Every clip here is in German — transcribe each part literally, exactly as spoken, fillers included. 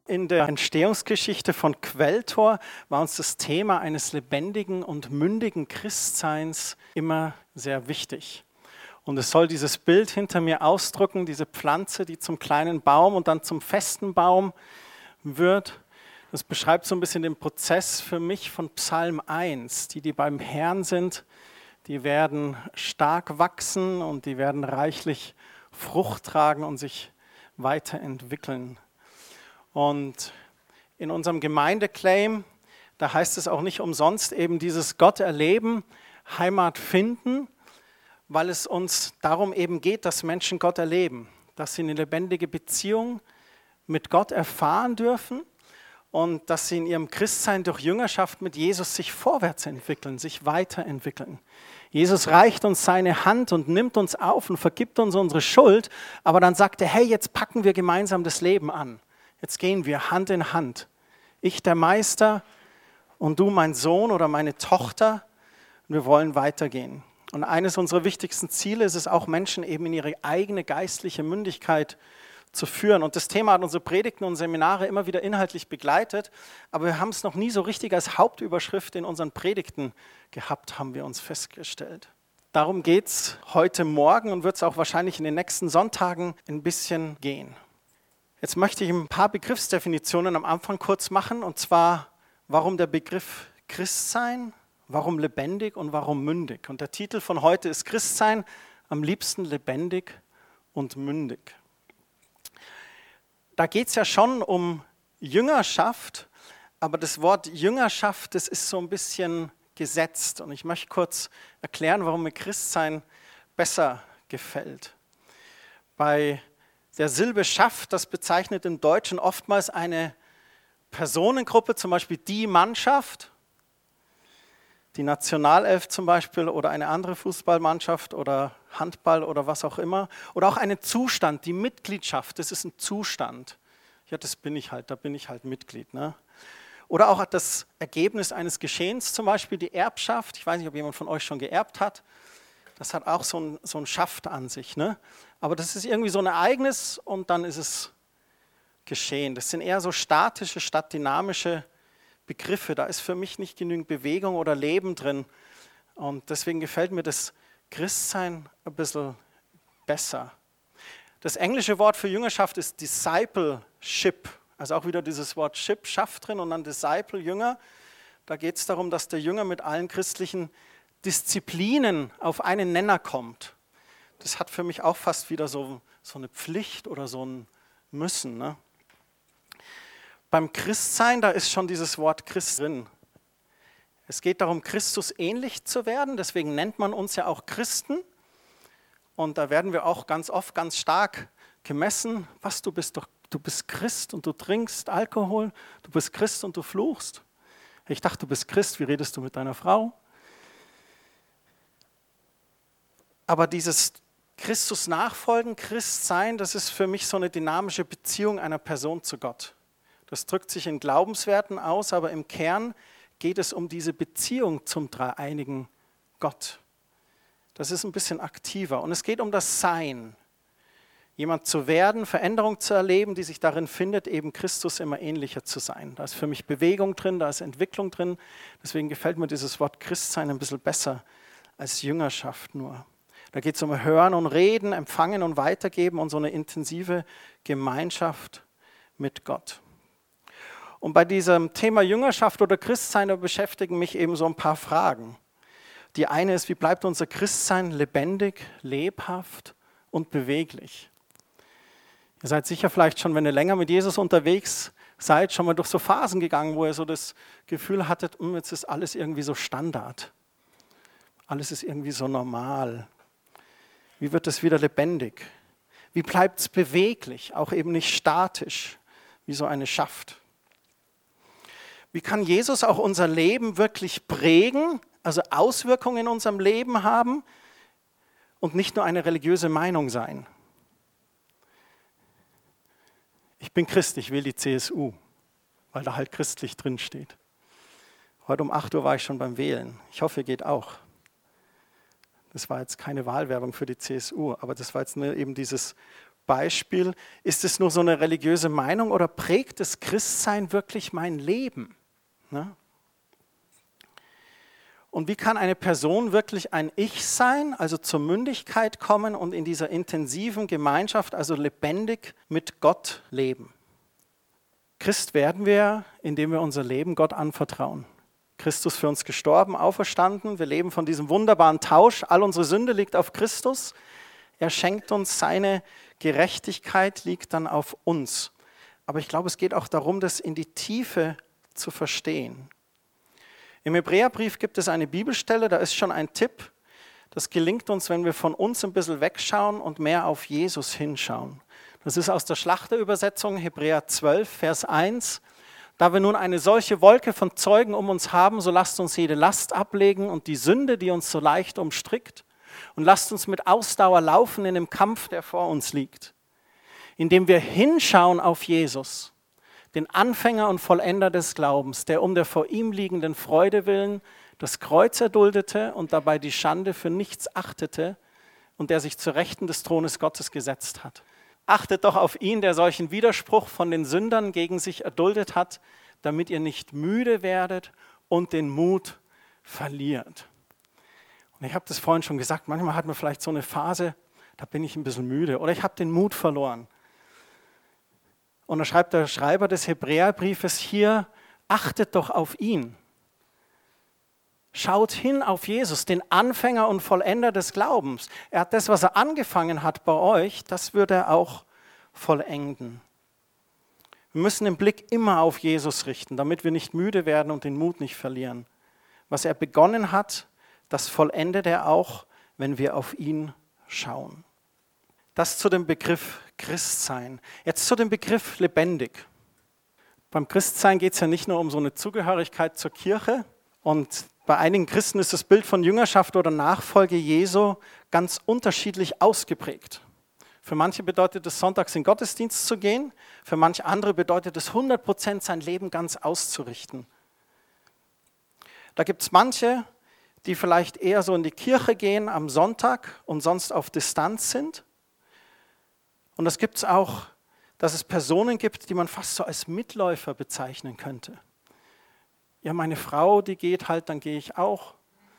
In der Entstehungsgeschichte von Quelltor war uns das Thema eines lebendigen und mündigen Christseins immer sehr wichtig. Und es soll dieses Bild hinter mir ausdrücken, diese Pflanze, die zum kleinen Baum und dann zum festen Baum wird. Das beschreibt so ein bisschen den Prozess für mich von Psalm eins. Die, die beim Herrn sind, die werden stark wachsen und die werden reichlich Frucht tragen und sich weiterentwickeln. Und in unserem Gemeindeclaim, da heißt es auch nicht umsonst eben dieses Gott erleben, Heimat finden, weil es uns darum eben geht, dass Menschen Gott erleben, dass sie eine lebendige Beziehung mit Gott erfahren dürfen und dass sie in ihrem Christsein durch Jüngerschaft mit Jesus sich vorwärts entwickeln, sich weiterentwickeln. Jesus reicht uns seine Hand und nimmt uns auf und vergibt uns unsere Schuld, aber dann sagt er, hey, jetzt packen wir gemeinsam das Leben an. Jetzt gehen wir Hand in Hand. Ich der Meister und du mein Sohn oder meine Tochter. Wir wollen weitergehen. Und eines unserer wichtigsten Ziele ist es auch, Menschen eben in ihre eigene geistliche Mündigkeit zu führen. Und das Thema hat unsere Predigten und Seminare immer wieder inhaltlich begleitet, aber wir haben es noch nie so richtig als Hauptüberschrift in unseren Predigten gehabt, haben wir uns festgestellt. Darum geht es heute Morgen und wird es auch wahrscheinlich in den nächsten Sonntagen ein bisschen gehen. Jetzt möchte ich ein paar Begriffsdefinitionen am Anfang kurz machen, und zwar, warum der Begriff Christsein, warum lebendig und warum mündig. Und der Titel von heute ist Christsein, am liebsten lebendig und mündig. Da geht es ja schon um Jüngerschaft, aber das Wort Jüngerschaft, das ist so ein bisschen gesetzt. Und ich möchte kurz erklären, warum mir Christsein besser gefällt. Bei der Silbe Schaft, das bezeichnet im Deutschen oftmals eine Personengruppe, zum Beispiel die Mannschaft, die Nationalelf zum Beispiel oder eine andere Fußballmannschaft oder Handball oder was auch immer. Oder auch einen Zustand, die Mitgliedschaft, das ist ein Zustand. Ja, das bin ich halt, da bin ich halt Mitglied. Ne? Oder auch das Ergebnis eines Geschehens, zum Beispiel die Erbschaft. Ich weiß nicht, ob jemand von euch schon geerbt hat. Das hat auch so ein, so ein Schaft an sich. Ne? Aber das ist irgendwie so ein Ereignis und dann ist es geschehen. Das sind eher so statische statt dynamische Begriffe. Da ist für mich nicht genügend Bewegung oder Leben drin. Und deswegen gefällt mir das Christsein ein bisschen besser. Das englische Wort für Jüngerschaft ist Discipleship. Also auch wieder dieses Wort Ship, Schaft drin und dann Disciple, Jünger. Da geht es darum, dass der Jünger mit allen christlichen Disziplinen auf einen Nenner kommt. Das hat für mich auch fast wieder so, so eine Pflicht oder so ein Müssen. Ne? Beim Christsein, da ist schon dieses Wort Christ drin. Es geht darum, Christus ähnlich zu werden, deswegen nennt man uns ja auch Christen. Und da werden wir auch ganz oft ganz stark gemessen. Was, du bist doch, du bist Christ und du trinkst Alkohol, du bist Christ und du fluchst. Ich dachte, du bist Christ, wie redest du mit deiner Frau? Aber dieses Christus nachfolgen, Christ sein, das ist für mich so eine dynamische Beziehung einer Person zu Gott. Das drückt sich in Glaubenswerten aus, aber im Kern geht es um diese Beziehung zum dreieinigen Gott. Das ist ein bisschen aktiver und es geht um das Sein. Jemand zu werden, Veränderung zu erleben, die sich darin findet, eben Christus immer ähnlicher zu sein. Da ist für mich Bewegung drin, da ist Entwicklung drin. Deswegen gefällt mir dieses Wort Christsein ein bisschen besser als Jüngerschaft nur. Da geht es um Hören und Reden, Empfangen und Weitergeben und so eine intensive Gemeinschaft mit Gott. Und bei diesem Thema Jüngerschaft oder Christsein, da beschäftigen mich eben so ein paar Fragen. Die eine ist, wie bleibt unser Christsein lebendig, lebhaft und beweglich? Ihr seid sicher vielleicht schon, wenn ihr länger mit Jesus unterwegs seid, schon mal durch so Phasen gegangen, wo ihr so das Gefühl hattet, jetzt ist alles irgendwie so Standard. Alles ist irgendwie so normal. Wie wird es wieder lebendig? Wie bleibt es beweglich, auch eben nicht statisch, wie so eine Schaft? Wie kann Jesus auch unser Leben wirklich prägen, also Auswirkungen in unserem Leben haben und nicht nur eine religiöse Meinung sein? Ich bin Christ, ich will die C S U, weil da halt christlich drin steht. Heute um acht Uhr war ich schon beim Wählen. Ich hoffe, ihr geht auch. Das war jetzt keine Wahlwerbung für die C S U, aber das war jetzt nur eben dieses Beispiel, ist es nur so eine religiöse Meinung oder prägt das Christsein wirklich mein Leben? Ne? Und wie kann eine Person wirklich ein Ich sein, also zur Mündigkeit kommen und in dieser intensiven Gemeinschaft, also lebendig mit Gott leben? Christ werden wir, indem wir unser Leben Gott anvertrauen. Christus für uns gestorben, auferstanden. Wir leben von diesem wunderbaren Tausch. All unsere Sünde liegt auf Christus. Er schenkt uns seine Gerechtigkeit, liegt dann auf uns. Aber ich glaube, es geht auch darum, das in die Tiefe zu verstehen. Im Hebräerbrief gibt es eine Bibelstelle, da ist schon ein Tipp. Das gelingt uns, wenn wir von uns ein bisschen wegschauen und mehr auf Jesus hinschauen. Das ist aus der Schlachterübersetzung, Hebräer zwölf, Vers eins. Da wir nun eine solche Wolke von Zeugen um uns haben, so lasst uns jede Last ablegen und die Sünde, die uns so leicht umstrickt, und lasst uns mit Ausdauer laufen in dem Kampf, der vor uns liegt. Indem wir hinschauen auf Jesus, den Anfänger und Vollender des Glaubens, der um der vor ihm liegenden Freude willen das Kreuz erduldete und dabei die Schande für nichts achtete und der sich zur Rechten des Thrones Gottes gesetzt hat. Achtet doch auf ihn, der solchen Widerspruch von den Sündern gegen sich erduldet hat, damit ihr nicht müde werdet und den Mut verliert. Und ich habe das vorhin schon gesagt, manchmal hat man vielleicht so eine Phase, da bin ich ein bisschen müde oder ich habe den Mut verloren. Und da schreibt der Schreiber des Hebräerbriefes hier, achtet doch auf ihn. Schaut hin auf Jesus, den Anfänger und Vollender des Glaubens. Er hat das, was er angefangen hat bei euch, das wird er auch vollenden. Wir müssen den Blick immer auf Jesus richten, damit wir nicht müde werden und den Mut nicht verlieren. Was er begonnen hat, das vollendet er auch, wenn wir auf ihn schauen. Das zu dem Begriff Christsein. Jetzt zu dem Begriff lebendig. Beim Christsein geht es ja nicht nur um so eine Zugehörigkeit zur Kirche. Und bei einigen Christen ist das Bild von Jüngerschaft oder Nachfolge Jesu ganz unterschiedlich ausgeprägt. Für manche bedeutet es, sonntags in den Gottesdienst zu gehen. Für manche andere bedeutet es, hundert Prozent sein Leben ganz auszurichten. Da gibt es manche, die vielleicht eher so in die Kirche gehen am Sonntag und sonst auf Distanz sind. Und es gibt es auch, dass es Personen gibt, die man fast so als Mitläufer bezeichnen könnte. Ja, meine Frau, die geht halt, dann gehe ich auch.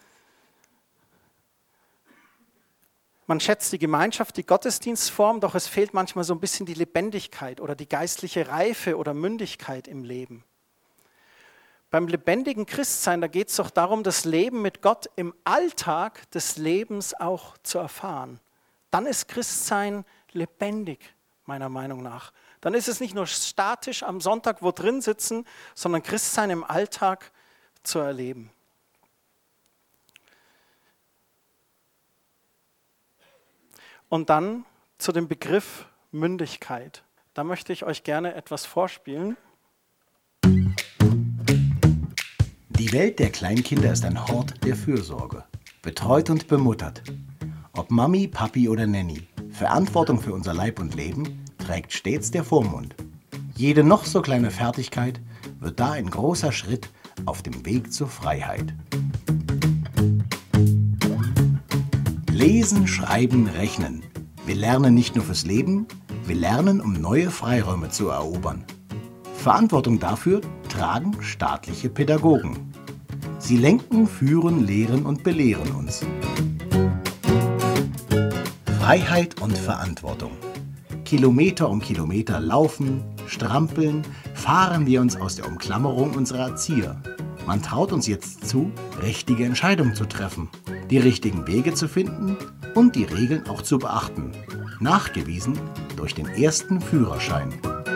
Man schätzt die Gemeinschaft, die Gottesdienstform, doch es fehlt manchmal so ein bisschen die Lebendigkeit oder die geistliche Reife oder Mündigkeit im Leben. Beim lebendigen Christsein, da geht es doch darum, das Leben mit Gott im Alltag des Lebens auch zu erfahren. Dann ist Christsein lebendig, meiner Meinung nach. Dann ist es nicht nur statisch am Sonntag wo drin sitzen, sondern Christsein im Alltag zu erleben. Und dann zu dem Begriff Mündigkeit. Da möchte ich euch gerne etwas vorspielen. Die Welt der Kleinkinder ist ein Hort der Fürsorge, betreut und bemuttert. Ob Mami, Papi oder Nanny, Verantwortung für unser Leib und Leben trägt stets der Vormund. Jede noch so kleine Fertigkeit wird da ein großer Schritt auf dem Weg zur Freiheit. Lesen, Schreiben, Rechnen. Wir lernen nicht nur fürs Leben, wir lernen, um neue Freiräume zu erobern. Verantwortung dafür tragen staatliche Pädagogen. Sie lenken, führen, lehren und belehren uns. Freiheit und Verantwortung. Kilometer um Kilometer laufen, strampeln, fahren wir uns aus der Umklammerung unserer Erzieher. Man traut uns jetzt zu, richtige Entscheidungen zu treffen, die richtigen Wege zu finden und die Regeln auch zu beachten. Nachgewiesen durch den ersten Führerschein.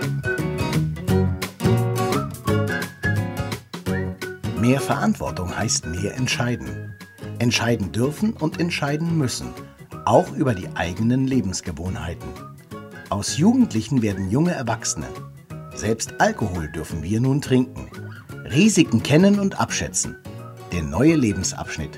Mehr Verantwortung heißt mehr entscheiden. Entscheiden dürfen und entscheiden müssen, auch über die eigenen Lebensgewohnheiten. Aus Jugendlichen werden junge Erwachsene. Selbst Alkohol dürfen wir nun trinken. Risiken kennen und abschätzen. Der neue Lebensabschnitt.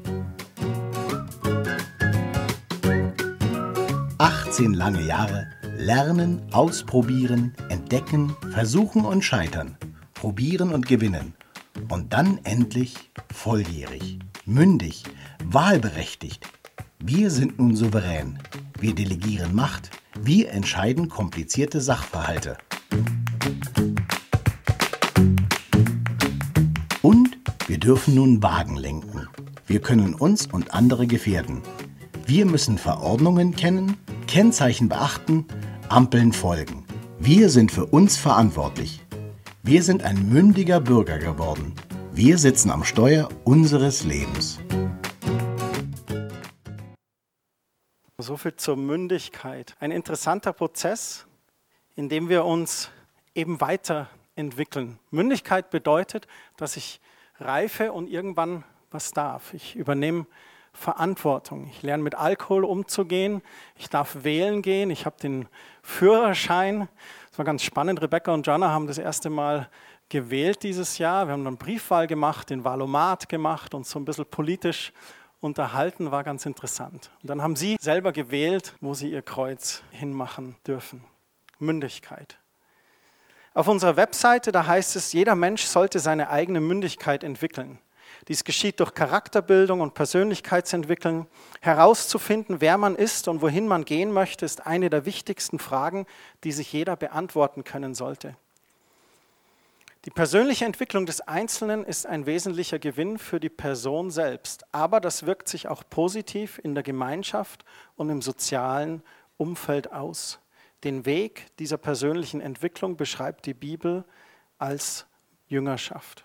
achtzehn lange Jahre lernen, ausprobieren, entdecken, versuchen und scheitern, probieren und gewinnen. Und dann endlich volljährig, mündig, wahlberechtigt. Wir sind nun souverän. Wir delegieren Macht, Wir entscheiden komplizierte Sachverhalte. Und wir dürfen nun Wagen lenken. Wir können uns und andere gefährden. Wir müssen Verordnungen kennen, Kennzeichen beachten, Ampeln folgen. Wir sind für uns verantwortlich. Wir sind ein mündiger Bürger geworden. Wir sitzen am Steuer unseres Lebens. So viel zur Mündigkeit. Ein interessanter Prozess, in dem wir uns eben weiterentwickeln. Mündigkeit bedeutet, dass ich reife und irgendwann was darf. Ich übernehme Verantwortung. Ich lerne mit Alkohol umzugehen. Ich darf wählen gehen. Ich habe den Führerschein. Das war ganz spannend. Rebecca und Jana haben das erste Mal gewählt dieses Jahr. Wir haben dann Briefwahl gemacht, den Wahlomat gemacht und so ein bisschen politisch unterhalten. War ganz interessant. Und dann haben sie selber gewählt, wo sie ihr Kreuz hinmachen dürfen. Mündigkeit. Auf unserer Webseite, da heißt es, jeder Mensch sollte seine eigene Mündigkeit entwickeln. Dies geschieht durch Charakterbildung und Persönlichkeitsentwicklung. Herauszufinden, wer man ist und wohin man gehen möchte, ist eine der wichtigsten Fragen, die sich jeder beantworten können sollte. Die persönliche Entwicklung des Einzelnen ist ein wesentlicher Gewinn für die Person selbst, aber das wirkt sich auch positiv in der Gemeinschaft und im sozialen Umfeld aus. Den Weg dieser persönlichen Entwicklung beschreibt die Bibel als Jüngerschaft.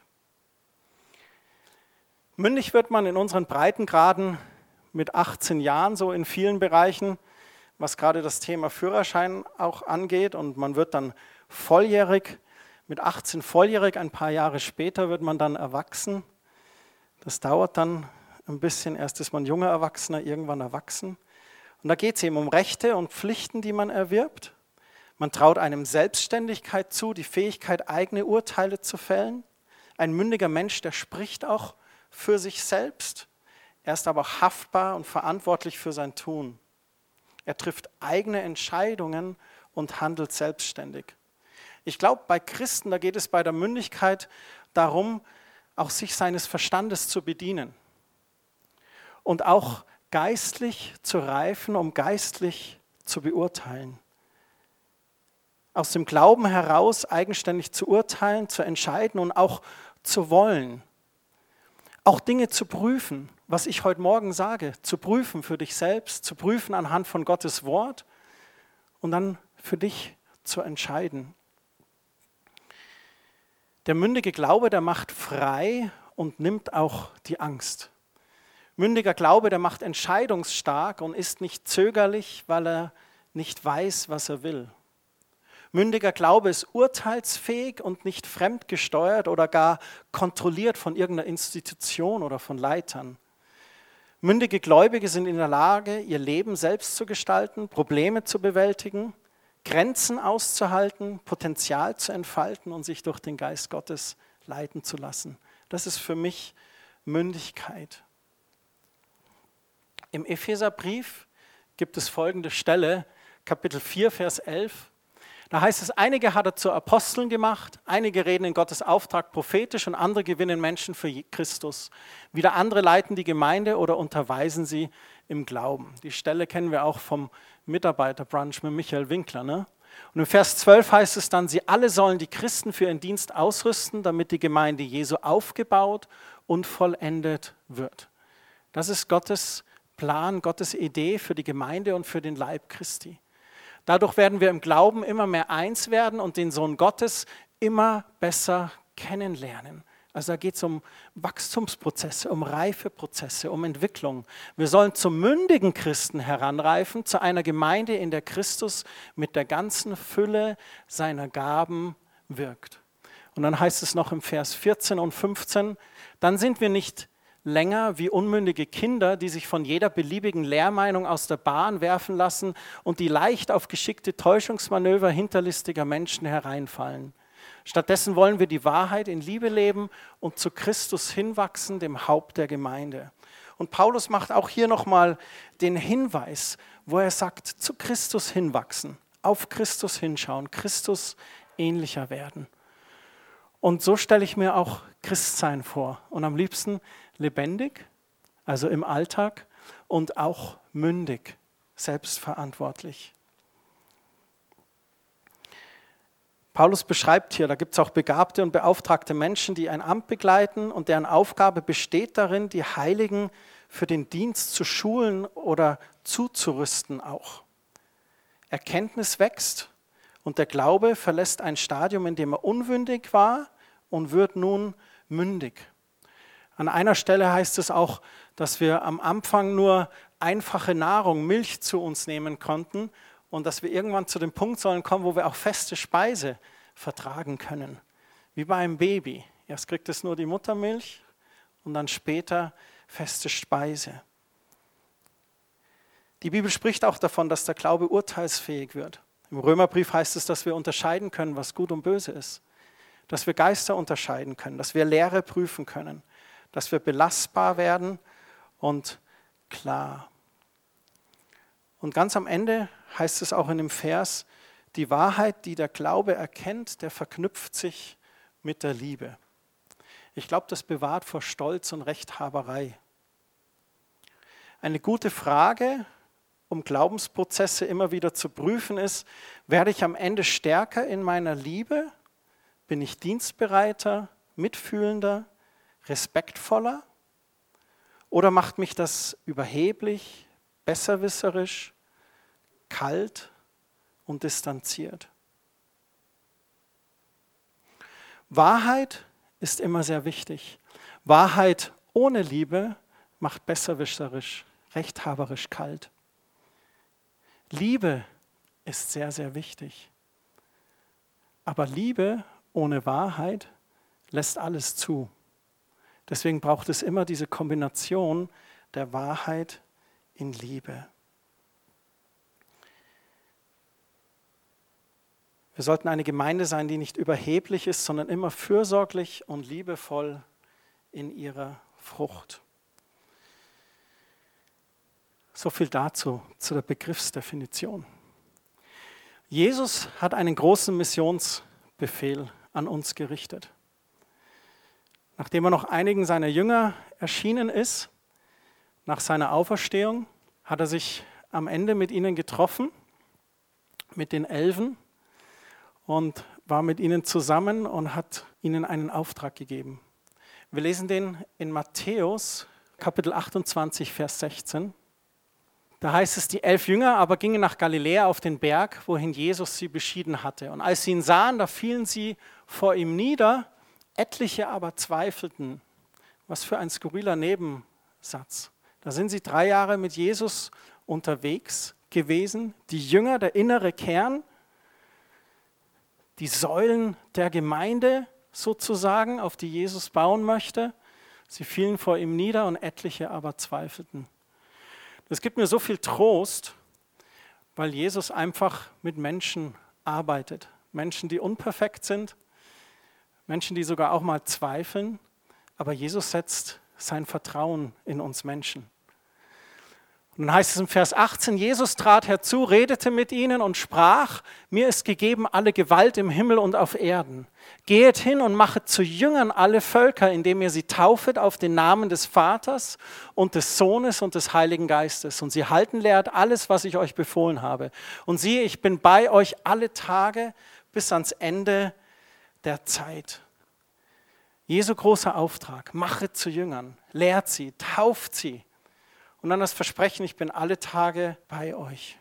Mündig wird man in unseren Breitengraden mit achtzehn Jahren, so in vielen Bereichen, was gerade das Thema Führerschein auch angeht. Und man wird dann volljährig, mit achtzehn volljährig, ein paar Jahre später wird man dann erwachsen. Das dauert dann ein bisschen, erst ist man junger Erwachsener, irgendwann erwachsen. Und da geht es eben um Rechte und Pflichten, die man erwirbt. Man traut einem Selbstständigkeit zu, die Fähigkeit, eigene Urteile zu fällen. Ein mündiger Mensch, der spricht auch für sich selbst. Er ist aber auch haftbar und verantwortlich für sein Tun. Er trifft eigene Entscheidungen und handelt selbstständig. Ich glaube, bei Christen, da geht es bei der Mündigkeit darum, auch sich seines Verstandes zu bedienen und auch geistlich zu reifen, um geistlich zu beurteilen. Aus dem Glauben heraus eigenständig zu urteilen, zu entscheiden und auch zu wollen. Auch Dinge zu prüfen, was ich heute Morgen sage, zu prüfen für dich selbst, zu prüfen anhand von Gottes Wort und dann für dich zu entscheiden. Der mündige Glaube, der macht frei und nimmt auch die Angst. Mündiger Glaube, der macht entscheidungsstark und ist nicht zögerlich, weil er nicht weiß, was er will. Mündiger Glaube ist urteilsfähig und nicht fremdgesteuert oder gar kontrolliert von irgendeiner Institution oder von Leitern. Mündige Gläubige sind in der Lage, ihr Leben selbst zu gestalten, Probleme zu bewältigen, Grenzen auszuhalten, Potenzial zu entfalten und sich durch den Geist Gottes leiten zu lassen. Das ist für mich Mündigkeit. Im Epheserbrief gibt es folgende Stelle, Kapitel vier, Vers elf. Da heißt es, einige hat er zu Aposteln gemacht, einige reden in Gottes Auftrag prophetisch und andere gewinnen Menschen für Christus. Wieder andere leiten die Gemeinde oder unterweisen sie im Glauben. Die Stelle kennen wir auch vom Mitarbeiterbrunch mit Michael Winkler. Ne? Und im Vers zwölf heißt es dann, sie alle sollen die Christen für ihren Dienst ausrüsten, damit die Gemeinde Jesu aufgebaut und vollendet wird. Das ist Gottes Plan, Gottes Idee für die Gemeinde und für den Leib Christi. Dadurch werden wir im Glauben immer mehr eins werden und den Sohn Gottes immer besser kennenlernen. Also da geht es um Wachstumsprozesse, um Reifeprozesse, um Entwicklung. Wir sollen zum mündigen Christen heranreifen, zu einer Gemeinde, in der Christus mit der ganzen Fülle seiner Gaben wirkt. Und dann heißt es noch im Vers vierzehn und fünfzehn, dann sind wir nicht länger wie unmündige Kinder, die sich von jeder beliebigen Lehrmeinung aus der Bahn werfen lassen und die leicht auf geschickte Täuschungsmanöver hinterlistiger Menschen hereinfallen. Stattdessen wollen wir die Wahrheit in Liebe leben und zu Christus hinwachsen, dem Haupt der Gemeinde. Und Paulus macht auch hier nochmal den Hinweis, wo er sagt, zu Christus hinwachsen, auf Christus hinschauen, Christus ähnlicher werden. Und so stelle ich mir auch Christsein vor und am liebsten lebendig, also im Alltag und auch mündig, selbstverantwortlich. Paulus beschreibt hier, da gibt es auch begabte und beauftragte Menschen, die ein Amt begleiten und deren Aufgabe besteht darin, die Heiligen für den Dienst zu schulen oder zuzurüsten auch. Erkenntnis wächst und der Glaube verlässt ein Stadium, in dem er unmündig war und wird nun mündig. An einer Stelle heißt es auch, dass wir am Anfang nur einfache Nahrung, Milch zu uns nehmen konnten und dass wir irgendwann zu dem Punkt sollen kommen, wo wir auch feste Speise vertragen können. Wie bei einem Baby. Erst kriegt es nur die Muttermilch und dann später feste Speise. Die Bibel spricht auch davon, dass der Glaube urteilsfähig wird. Im Römerbrief heißt es, dass wir unterscheiden können, was gut und böse ist. Dass wir Geister unterscheiden können, dass wir Lehre prüfen können, dass wir belastbar werden und klar. Und ganz am Ende heißt es auch in dem Vers, die Wahrheit, die der Glaube erkennt, der verknüpft sich mit der Liebe. Ich glaube, das bewahrt vor Stolz und Rechthaberei. Eine gute Frage, um Glaubensprozesse immer wieder zu prüfen, ist, werde ich am Ende stärker in meiner Liebe? Bin ich dienstbereiter, mitfühlender, respektvoller? Oder macht mich das überheblich, besserwisserisch, kalt und distanziert? Wahrheit ist immer sehr wichtig. Wahrheit ohne Liebe macht besserwisserisch, rechthaberisch kalt. Liebe ist sehr, sehr wichtig. Aber Liebe ohne Wahrheit lässt alles zu. Deswegen braucht es immer diese Kombination der Wahrheit in Liebe. Wir sollten eine Gemeinde sein, die nicht überheblich ist, sondern immer fürsorglich und liebevoll in ihrer Frucht. So viel dazu, zu der Begriffsdefinition. Jesus hat einen großen Missionsbefehl an uns gerichtet. Nachdem er noch einigen seiner Jünger erschienen ist, nach seiner Auferstehung, hat er sich am Ende mit ihnen getroffen, mit den Elfen, und war mit ihnen zusammen und hat ihnen einen Auftrag gegeben. Wir lesen den in Matthäus, Kapitel achtundzwanzig, Vers sechzehn. Da heißt es, die elf Jünger aber gingen nach Galiläa auf den Berg, wohin Jesus sie beschieden hatte. Und als sie ihn sahen, da fielen sie vor ihm nieder, etliche aber zweifelten. Was für ein skurriler Nebensatz. Da sind sie drei Jahre mit Jesus unterwegs gewesen, die Jünger, der innere Kern, die Säulen der Gemeinde sozusagen, auf die Jesus bauen möchte. Sie fielen vor ihm nieder und etliche aber zweifelten. Das gibt mir so viel Trost, weil Jesus einfach mit Menschen arbeitet. Menschen, die unperfekt sind, Menschen, die sogar auch mal zweifeln, aber Jesus setzt sein Vertrauen in uns Menschen. Und dann heißt es im Vers achtzehn, Jesus trat herzu, redete mit ihnen und sprach, mir ist gegeben alle Gewalt im Himmel und auf Erden. Gehet hin und machet zu Jüngern alle Völker, indem ihr sie taufet auf den Namen des Vaters und des Sohnes und des Heiligen Geistes. Und sie halten lehrt alles, was ich euch befohlen habe. Und siehe, ich bin bei euch alle Tage bis ans Ende der Zeit. Jesu großer Auftrag, machet zu Jüngern, lehrt sie, tauft sie. Und dann das Versprechen, ich bin alle Tage bei euch.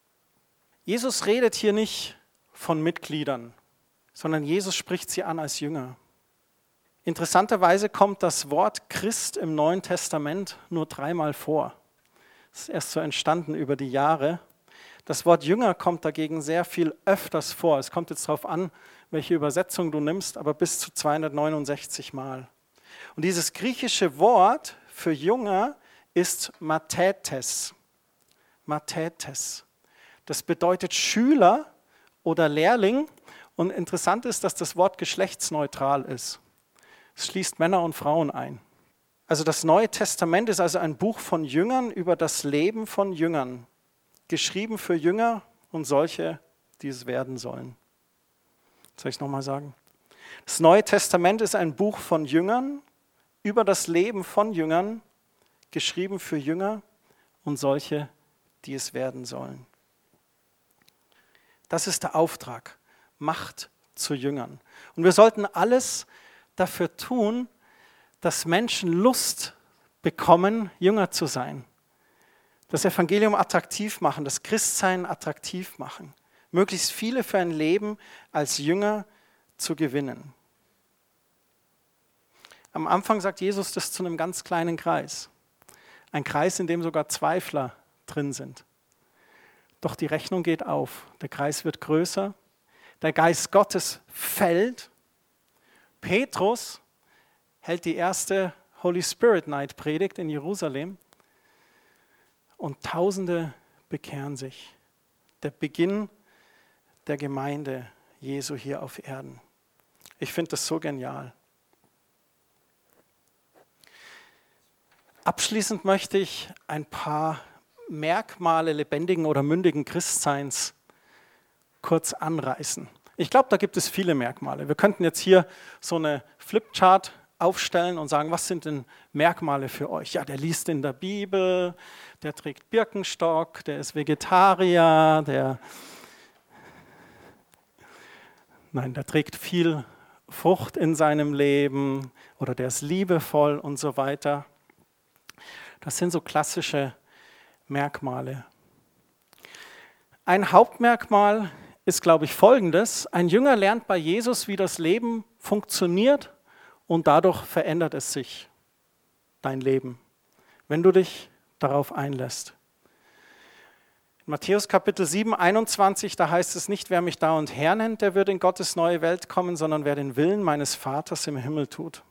Jesus redet hier nicht von Mitgliedern, sondern Jesus spricht sie an als Jünger. Interessanterweise kommt das Wort Christ im Neuen Testament nur dreimal vor. Das ist erst so entstanden über die Jahre. Das Wort Jünger kommt dagegen sehr viel öfters vor. Es kommt jetzt darauf an, welche Übersetzung du nimmst, aber bis zu zweihundertneunundsechzig Mal. Und dieses griechische Wort für Jünger ist Mathetes. Mathetes. Das bedeutet Schüler oder Lehrling. Und interessant ist, dass das Wort geschlechtsneutral ist. Es schließt Männer und Frauen ein. Also das Neue Testament ist also ein Buch von Jüngern über das Leben von Jüngern. Geschrieben für Jünger und solche, die es werden sollen. Soll ich es nochmal sagen? Das Neue Testament ist ein Buch von Jüngern über das Leben von Jüngern, geschrieben für Jünger und solche, die es werden sollen. Das ist der Auftrag. Macht zu Jüngern. Und wir sollten alles dafür tun, dass Menschen Lust bekommen, Jünger zu sein. Das Evangelium attraktiv machen, das Christsein attraktiv machen. Möglichst viele für ein Leben als Jünger zu gewinnen. Am Anfang sagt Jesus das zu einem ganz kleinen Kreis. Ein Kreis, in dem sogar Zweifler drin sind. Doch die Rechnung geht auf. Der Kreis wird größer. Der Geist Gottes fällt. Petrus hält die erste Holy Spirit Night Predigt in Jerusalem. Und Tausende bekehren sich. Der Beginn der Gemeinde Jesu hier auf Erden. Ich finde das so genial. Abschließend möchte ich ein paar Merkmale lebendigen oder mündigen Christseins kurz anreißen. Ich glaube, da gibt es viele Merkmale. Wir könnten jetzt hier so eine Flipchart aufstellen und sagen, was sind denn Merkmale für euch? Ja, der liest in der Bibel, der trägt Birkenstock, der ist Vegetarier, der, nein, der trägt viel Frucht in seinem Leben oder der ist liebevoll und so weiter. Das sind so klassische Merkmale. Ein Hauptmerkmal ist, glaube ich, folgendes. Ein Jünger lernt bei Jesus, wie das Leben funktioniert und dadurch verändert es sich, dein Leben, wenn du dich darauf einlässt. In Matthäus Kapitel sieben, einundzwanzig, da heißt es nicht, wer mich da und her nennt, der wird in Gottes neue Welt kommen, sondern wer den Willen meines Vaters im Himmel tut.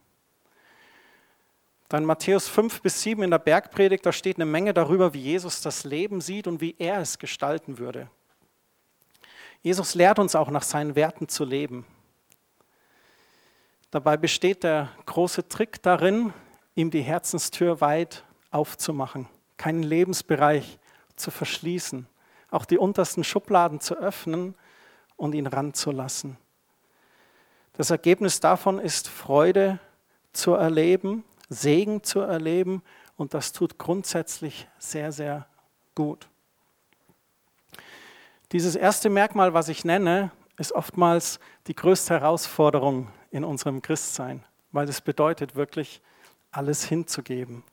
Dann Matthäus fünf bis sieben in der Bergpredigt, da steht eine Menge darüber, wie Jesus das Leben sieht und wie er es gestalten würde. Jesus lehrt uns auch, nach seinen Werten zu leben. Dabei besteht der große Trick darin, ihm die Herzenstür weit aufzumachen, keinen Lebensbereich zu verschließen, auch die untersten Schubladen zu öffnen und ihn ranzulassen. Das Ergebnis davon ist, Freude zu erleben, Segen zu erleben und das tut grundsätzlich sehr, sehr gut. Dieses erste Merkmal, was ich nenne, ist oftmals die größte Herausforderung in unserem Christsein, weil es bedeutet wirklich, alles hinzugeben.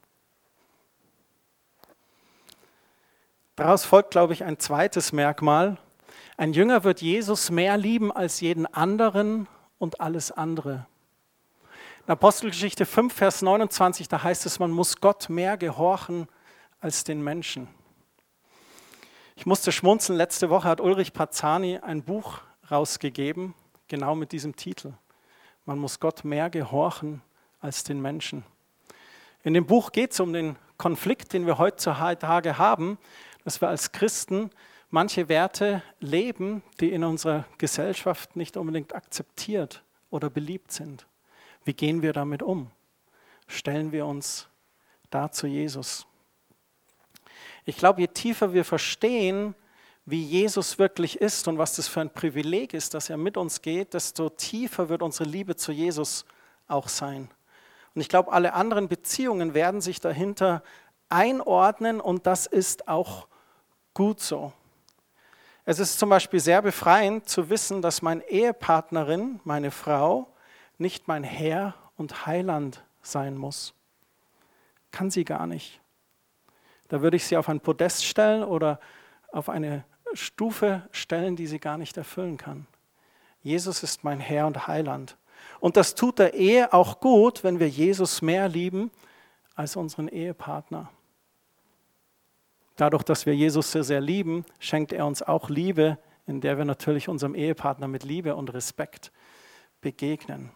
Daraus folgt, glaube ich, ein zweites Merkmal. Ein Jünger wird Jesus mehr lieben als jeden anderen und alles andere. In Apostelgeschichte fünf, Vers neunundzwanzig, da heißt es, man muss Gott mehr gehorchen als den Menschen. Ich musste schmunzeln, letzte Woche hat Ulrich Pazzani ein Buch rausgegeben, genau mit diesem Titel. Man muss Gott mehr gehorchen als den Menschen. In dem Buch geht es um den Konflikt, den wir heutzutage haben, dass wir als Christen manche Werte leben, die in unserer Gesellschaft nicht unbedingt akzeptiert oder beliebt sind. Wie gehen wir damit um? Stellen wir uns da zu Jesus? Ich glaube, je tiefer wir verstehen, wie Jesus wirklich ist und was das für ein Privileg ist, dass er mit uns geht, desto tiefer wird unsere Liebe zu Jesus auch sein. Und ich glaube, alle anderen Beziehungen werden sich dahinter einordnen und das ist auch gut so. Es ist zum Beispiel sehr befreiend zu wissen, dass meine Ehepartnerin, meine Frau, nicht mein Herr und Heiland sein muss. Kann sie gar nicht. Da würde ich sie auf ein Podest stellen oder auf eine Stufe stellen, die sie gar nicht erfüllen kann. Jesus ist mein Herr und Heiland. Und das tut der Ehe auch gut, wenn wir Jesus mehr lieben als unseren Ehepartner. Dadurch, dass wir Jesus sehr, sehr lieben, schenkt er uns auch Liebe, in der wir natürlich unserem Ehepartner mit Liebe und Respekt begegnen.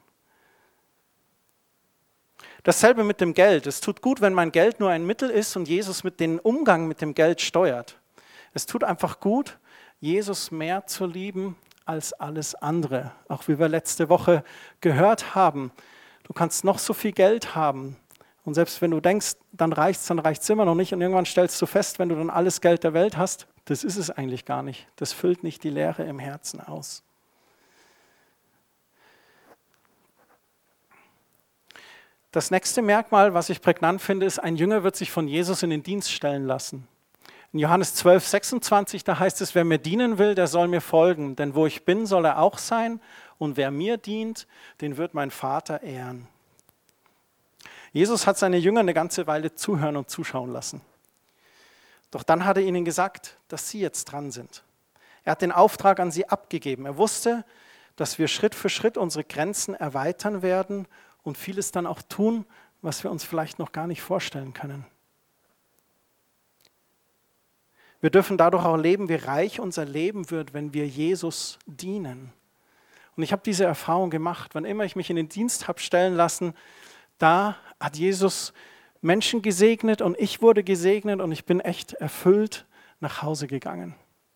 Dasselbe mit dem Geld. Es tut gut, wenn mein Geld nur ein Mittel ist und Jesus mit dem Umgang mit dem Geld steuert. Es tut einfach gut, Jesus mehr zu lieben als alles andere. Auch wie wir letzte Woche gehört haben. Du kannst noch so viel Geld haben. Und selbst wenn du denkst, dann reicht es, dann reicht es immer noch nicht. Und irgendwann stellst du fest, wenn du dann alles Geld der Welt hast, das ist es eigentlich gar nicht. Das füllt nicht die Leere im Herzen aus. Das nächste Merkmal, was ich prägnant finde, ist, ein Jünger wird sich von Jesus in den Dienst stellen lassen. In Johannes zwölf, sechsundzwanzig, da heißt es, wer mir dienen will, der soll mir folgen. Denn wo ich bin, soll er auch sein. und wer mir dient, den wird mein Vater ehren. Jesus hat seine Jünger eine ganze Weile zuhören und zuschauen lassen. Doch dann hat er ihnen gesagt, dass sie jetzt dran sind. Er hat den Auftrag an sie abgegeben. Er wusste, dass wir Schritt für Schritt unsere Grenzen erweitern werden und vieles dann auch tun, was wir uns vielleicht noch gar nicht vorstellen können. Wir dürfen dadurch auch leben, wie reich unser Leben wird, wenn wir Jesus dienen. Und ich habe diese Erfahrung gemacht, wann immer ich mich in den Dienst habe stellen lassen, da hat Jesus Menschen gesegnet und ich wurde gesegnet und ich bin echt erfüllt nach Hause gegangen.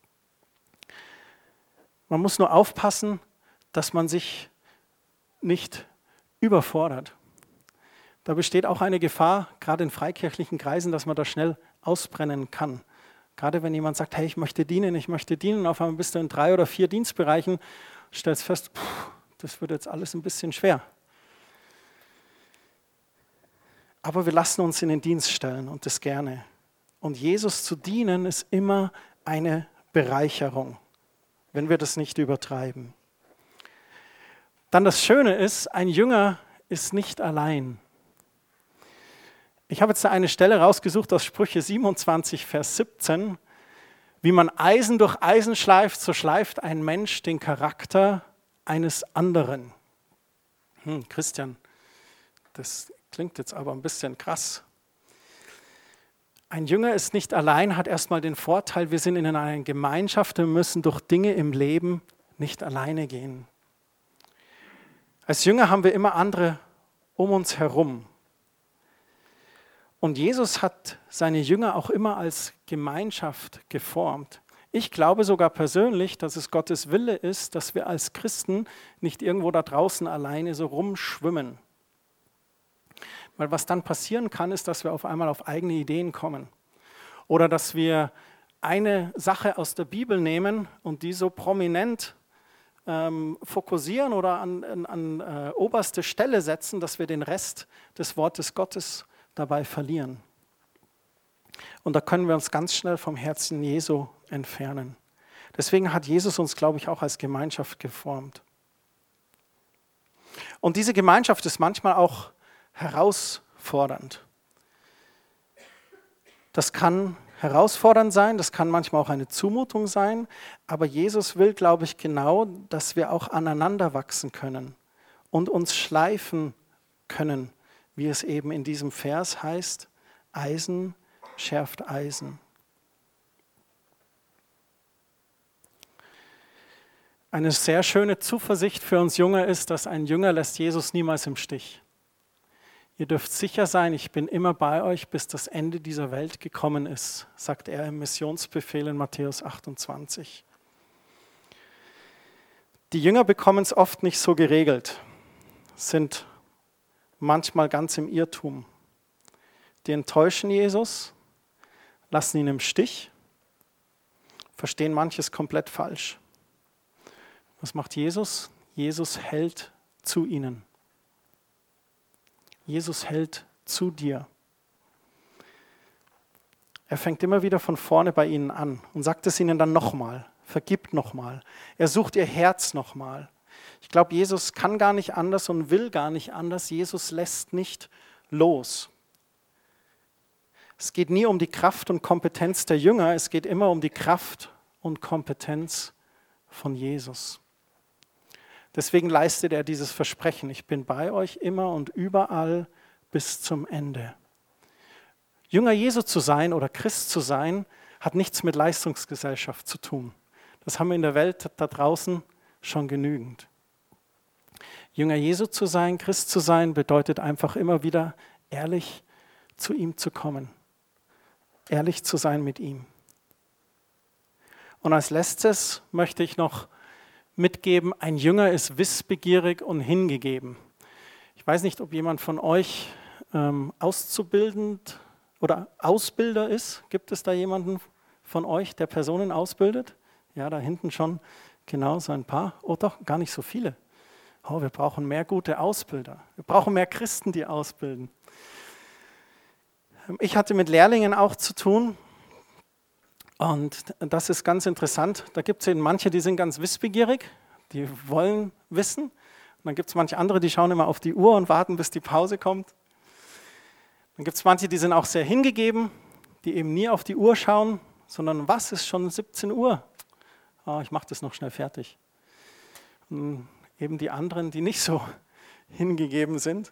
Man muss nur aufpassen, dass man sich nicht überfordert. Da besteht auch eine Gefahr, gerade in freikirchlichen Kreisen, dass man da schnell ausbrennen kann. Gerade wenn jemand sagt, hey, ich möchte dienen, ich möchte dienen, und auf einmal bist du in drei oder vier Dienstbereichen, stellst fest, pff, das wird jetzt alles ein bisschen schwer. Aber wir lassen uns in den Dienst stellen und das gerne. Und Jesus zu dienen ist immer eine Bereicherung, wenn wir das nicht übertreiben. Dann das Schöne ist, ein Jünger ist nicht allein. Ich habe jetzt da eine Stelle rausgesucht aus Sprüche siebenundzwanzig, Vers siebzehn. Wie man Eisen durch Eisen schleift, so schleift ein Mensch den Charakter eines anderen. Hm, Christian, das klingt jetzt aber ein bisschen krass. Ein Jünger ist nicht allein, hat erstmal den Vorteil, wir sind in einer Gemeinschaft, wir müssen durch Dinge im Leben nicht alleine gehen. Als Jünger haben wir immer andere um uns herum. Und Jesus hat seine Jünger auch immer als Gemeinschaft geformt. Ich glaube sogar persönlich, dass es Gottes Wille ist, dass wir als Christen nicht irgendwo da draußen alleine so rumschwimmen. Weil was dann passieren kann, ist, dass wir auf einmal auf eigene Ideen kommen. Oder dass wir eine Sache aus der Bibel nehmen und die so prominent ähm, fokussieren oder an, an, an äh, oberste Stelle setzen, dass wir den Rest des Wortes Gottes dabei verlieren. Und da können wir uns ganz schnell vom Herzen Jesu entfernen. Deswegen hat Jesus uns, glaube ich, auch als Gemeinschaft geformt. Und diese Gemeinschaft ist manchmal auch herausfordernd. Das kann herausfordernd sein, das kann manchmal auch eine Zumutung sein, aber Jesus will, glaube ich, genau, dass wir auch aneinander wachsen können und uns schleifen können, wie es eben in diesem Vers heißt, Eisen schärft Eisen. Eine sehr schöne Zuversicht für uns Jünger ist, dass ein Jünger lässt Jesus niemals im Stich. Ihr dürft sicher sein, ich bin immer bei euch, bis das Ende dieser Welt gekommen ist, sagt er im Missionsbefehl in Matthäus achtundzwanzig. Die Jünger bekommen es oft nicht so geregelt, sind manchmal ganz im Irrtum. Die enttäuschen Jesus, lassen ihn im Stich, verstehen manches komplett falsch. Was macht Jesus? Jesus hält zu ihnen. Jesus hält zu dir. Er fängt immer wieder von vorne bei ihnen an und sagt es ihnen dann nochmal, vergibt nochmal. Er sucht ihr Herz nochmal. Ich glaube, Jesus kann gar nicht anders und will gar nicht anders. Jesus lässt nicht los. Es geht nie um die Kraft und Kompetenz der Jünger, es geht immer um die Kraft und Kompetenz von Jesus. Deswegen leistet er dieses Versprechen, ich bin bei euch immer und überall bis zum Ende. Jünger Jesu zu sein oder Christ zu sein, hat nichts mit Leistungsgesellschaft zu tun. Das haben wir in der Welt da draußen schon genügend. Jünger Jesu zu sein, Christ zu sein, bedeutet einfach immer wieder ehrlich zu ihm zu kommen. Ehrlich zu sein mit ihm. Und als letztes möchte ich noch mitgeben, ein Jünger ist wissbegierig und hingegeben. Ich weiß nicht, ob jemand von euch ähm, auszubildend oder Ausbilder ist. Gibt es da jemanden von euch, der Personen ausbildet? Ja, da hinten schon, genau, so ein paar. Oh doch, gar nicht so viele. Oh, wir brauchen mehr gute Ausbilder. Wir brauchen mehr Christen, die ausbilden. Ich hatte mit Lehrlingen auch zu tun. Und das ist ganz interessant. Da gibt es eben manche, die sind ganz wissbegierig. die wollen wissen. Und dann gibt es manche andere, die schauen immer auf die Uhr und warten, bis die Pause kommt. Dann gibt es manche, die sind auch sehr hingegeben, die eben nie auf die Uhr schauen, sondern was, ist schon siebzehn Uhr? Oh, ich mache das noch schnell fertig. Und eben die anderen, die nicht so hingegeben sind.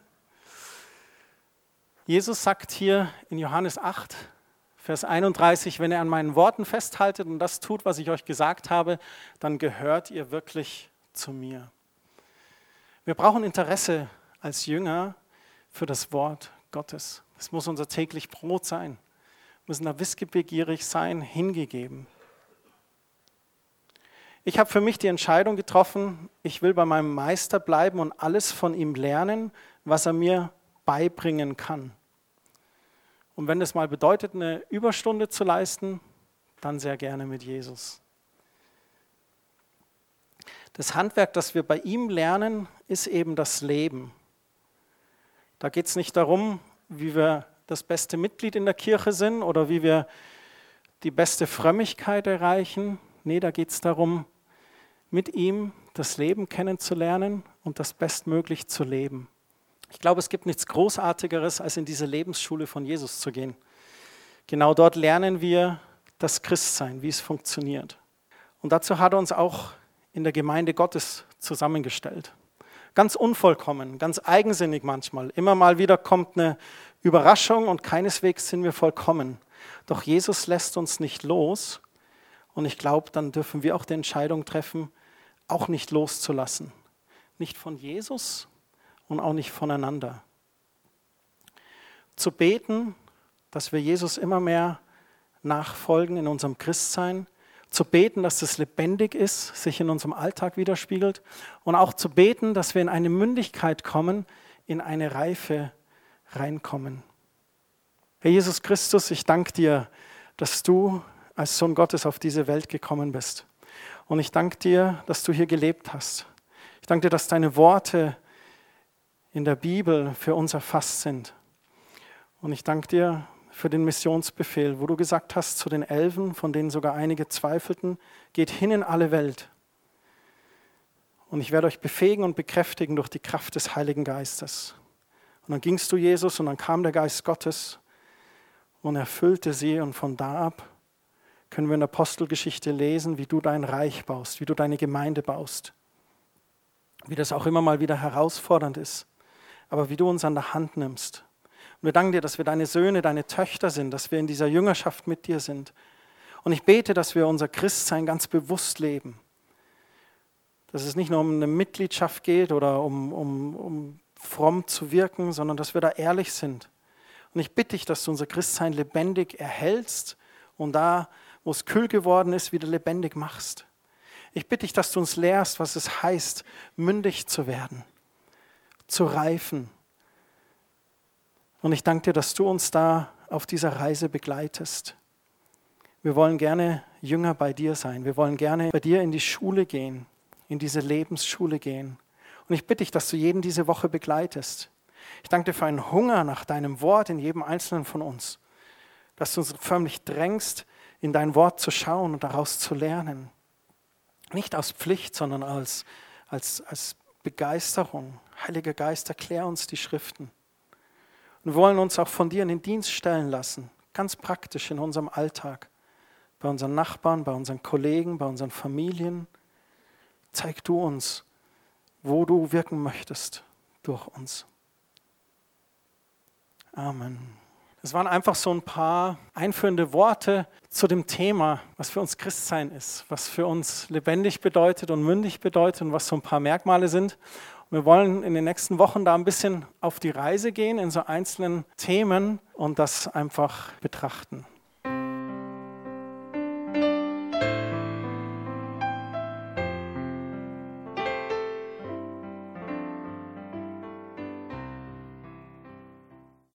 Jesus sagt hier in Johannes acht, Vers einunddreißig, wenn ihr an meinen Worten festhaltet und das tut, was ich euch gesagt habe, dann gehört ihr wirklich zu mir. Wir brauchen Interesse als Jünger für das Wort Gottes. Das muss unser täglich Brot sein. Wir müssen da wissbegierig sein, hingegeben. Ich habe für mich die Entscheidung getroffen, ich will bei meinem Meister bleiben und alles von ihm lernen, was er mir beibringen kann. Und wenn das mal bedeutet, eine Überstunde zu leisten, dann sehr gerne mit Jesus. Das Handwerk, das wir bei ihm lernen, ist eben das Leben. Da geht es nicht darum, wie wir das beste Mitglied in der Kirche sind oder wie wir die beste Frömmigkeit erreichen. Nee, da geht es darum, mit ihm das Leben kennenzulernen und das bestmöglich zu leben. Ich glaube, es gibt nichts Großartigeres, als in diese Lebensschule von Jesus zu gehen. Genau dort lernen wir das Christsein, wie es funktioniert. Und dazu hat er uns auch in der Gemeinde Gottes zusammengestellt. Ganz unvollkommen, ganz eigensinnig manchmal. Immer mal wieder kommt eine Überraschung und keineswegs sind wir vollkommen. Doch Jesus lässt uns nicht los und ich glaube, dann dürfen wir auch die Entscheidung treffen, auch nicht loszulassen. Nicht von Jesus und auch nicht voneinander. Zu beten, dass wir Jesus immer mehr nachfolgen in unserem Christsein, zu beten, dass es lebendig ist, sich in unserem Alltag widerspiegelt und auch zu beten, dass wir in eine Mündigkeit kommen, in eine Reife reinkommen. Herr Jesus Christus, ich danke dir, dass du als Sohn Gottes auf diese Welt gekommen bist. Und ich danke dir, dass du hier gelebt hast. Ich danke dir, dass deine Worte in der Bibel für uns erfasst sind. Und ich danke dir für den Missionsbefehl, wo du gesagt hast zu den Elfen, von denen sogar einige zweifelten, geht hin in alle Welt. Und ich werde euch befähigen und bekräftigen durch die Kraft des Heiligen Geistes. Und dann gingst du, Jesus, und dann kam der Geist Gottes und erfüllte sie. Und von da ab können wir in der Apostelgeschichte lesen, wie du dein Reich baust, wie du deine Gemeinde baust. Wie das auch immer mal wieder herausfordernd ist, aber wie du uns an der Hand nimmst. Und wir danken dir, dass wir deine Söhne, deine Töchter sind, dass wir in dieser Jüngerschaft mit dir sind. Und ich bete, dass wir unser Christsein ganz bewusst leben. Dass es nicht nur um eine Mitgliedschaft geht oder um, um, um fromm zu wirken, sondern dass wir da ehrlich sind. Und ich bitte dich, dass du unser Christsein lebendig erhältst und da, wo es kühl geworden ist, wieder lebendig machst. Ich bitte dich, dass du uns lehrst, was es heißt, mündig zu werden, zu reifen. Und ich danke dir, dass du uns da auf dieser Reise begleitest. Wir wollen gerne Jünger bei dir sein. Wir wollen gerne bei dir in die Schule gehen, in diese Lebensschule gehen. Und ich bitte dich, dass du jeden diese Woche begleitest. Ich danke dir für einen Hunger nach deinem Wort in jedem Einzelnen von uns. Dass du uns förmlich drängst, in dein Wort zu schauen und daraus zu lernen. Nicht aus Pflicht, sondern als, als, als Begeisterung. Heiliger Geist, erklär uns die Schriften. Und wir wollen uns auch von dir in den Dienst stellen lassen, ganz praktisch in unserem Alltag. Bei unseren Nachbarn, bei unseren Kollegen, bei unseren Familien. Zeig du uns, wo du wirken möchtest durch uns. Amen. Das waren einfach so ein paar einführende Worte zu dem Thema, was für uns Christsein ist, was für uns lebendig bedeutet und mündig bedeutet und was so ein paar Merkmale sind. Und wir wollen in den nächsten Wochen da ein bisschen auf die Reise gehen in so einzelnen Themen und das einfach betrachten.